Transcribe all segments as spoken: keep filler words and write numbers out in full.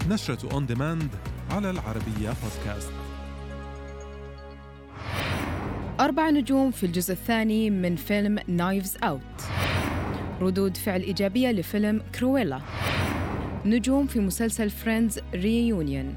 نشرة أون ديماند على العربية بودكاست. أربع نجوم في الجزء الثاني من فيلم نايفز أوت. ردود فعل إيجابية لفيلم كرويلا. نجوم في مسلسل فريندز ريونيون.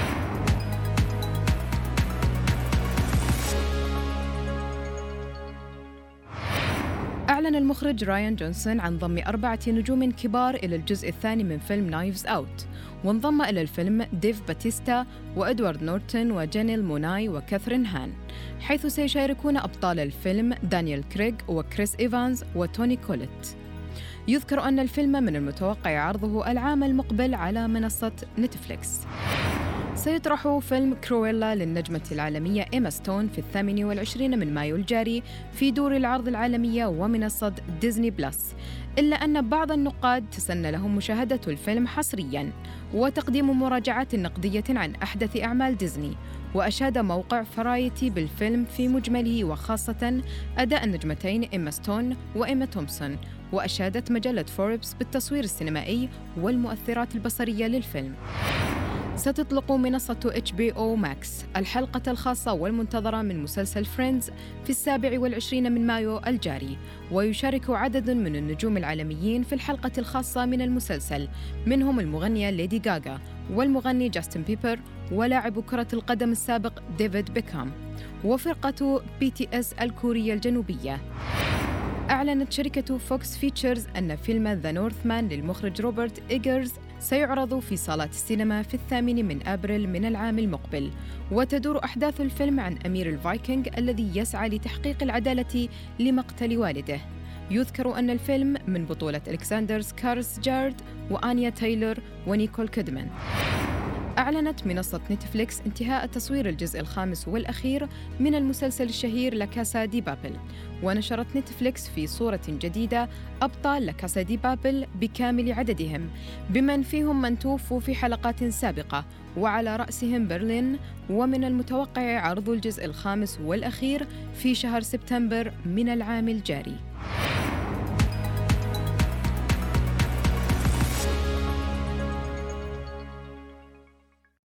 أعلن المخرج رايان جونسون عن ضم أربعة نجوم كبار إلى الجزء الثاني من فيلم نايفز أوت، وانضم إلى الفيلم ديف باتيستا وإدوارد نورتون وجانيل موناي وكاثرين هان، حيث سيشاركون أبطال الفيلم دانيال كريغ وكريس إيفانز وتوني كوليت. يذكر أن الفيلم من المتوقع عرضه العام المقبل على منصة نتفليكس. سيطرح فيلم كرويلا للنجمة العالمية إيما ستون في الثامن والعشرين من مايو الجاري في دور العرض العالمية ومنصة ديزني بلس، إلا أن بعض النقاد تسنى لهم مشاهدة الفيلم حصرياً وتقديم مراجعات نقدية عن أحدث أعمال ديزني. وأشاد موقع فرايتي بالفيلم في مجمله وخاصة أداء النجمتين إيما ستون وإيما تومسون. وأشادت مجلة فوربس بالتصوير السينمائي والمؤثرات البصرية للفيلم. ستطلق منصة إتش بي أو ماكس الحلقة الخاصة والمنتظرة من مسلسل فريندز في السابع والعشرين من مايو الجاري، ويشارك عدد من النجوم العالميين في الحلقة الخاصة من المسلسل، منهم المغنية ليدي غاغا والمغني جاستن بيبر ولاعب كرة القدم السابق ديفيد بيكهام وفرقة بي تي إس الكورية الجنوبية. أعلنت شركة فوكس فيتشرز أن فيلم ذا نورثمان للمخرج روبرت إيجرز سيعرض في صالات السينما في الثامن من أبريل من العام المقبل، وتدور أحداث الفيلم عن أمير الفايكنج الذي يسعى لتحقيق العدالة لمقتل والده. يذكر أن الفيلم من بطولة ألكسندر سكارسجارد وآنيا تايلور ونيكول كيدمان. أعلنت منصة نتفليكس انتهاء تصوير الجزء الخامس والأخير من المسلسل الشهير لا كاسا دي بابل، ونشرت نتفليكس في صورة جديدة أبطال لا كاسا دي بابل بكامل عددهم، بمن فيهم من توفوا في حلقات سابقة وعلى رأسهم برلين. ومن المتوقع عرض الجزء الخامس والأخير في شهر سبتمبر من العام الجاري.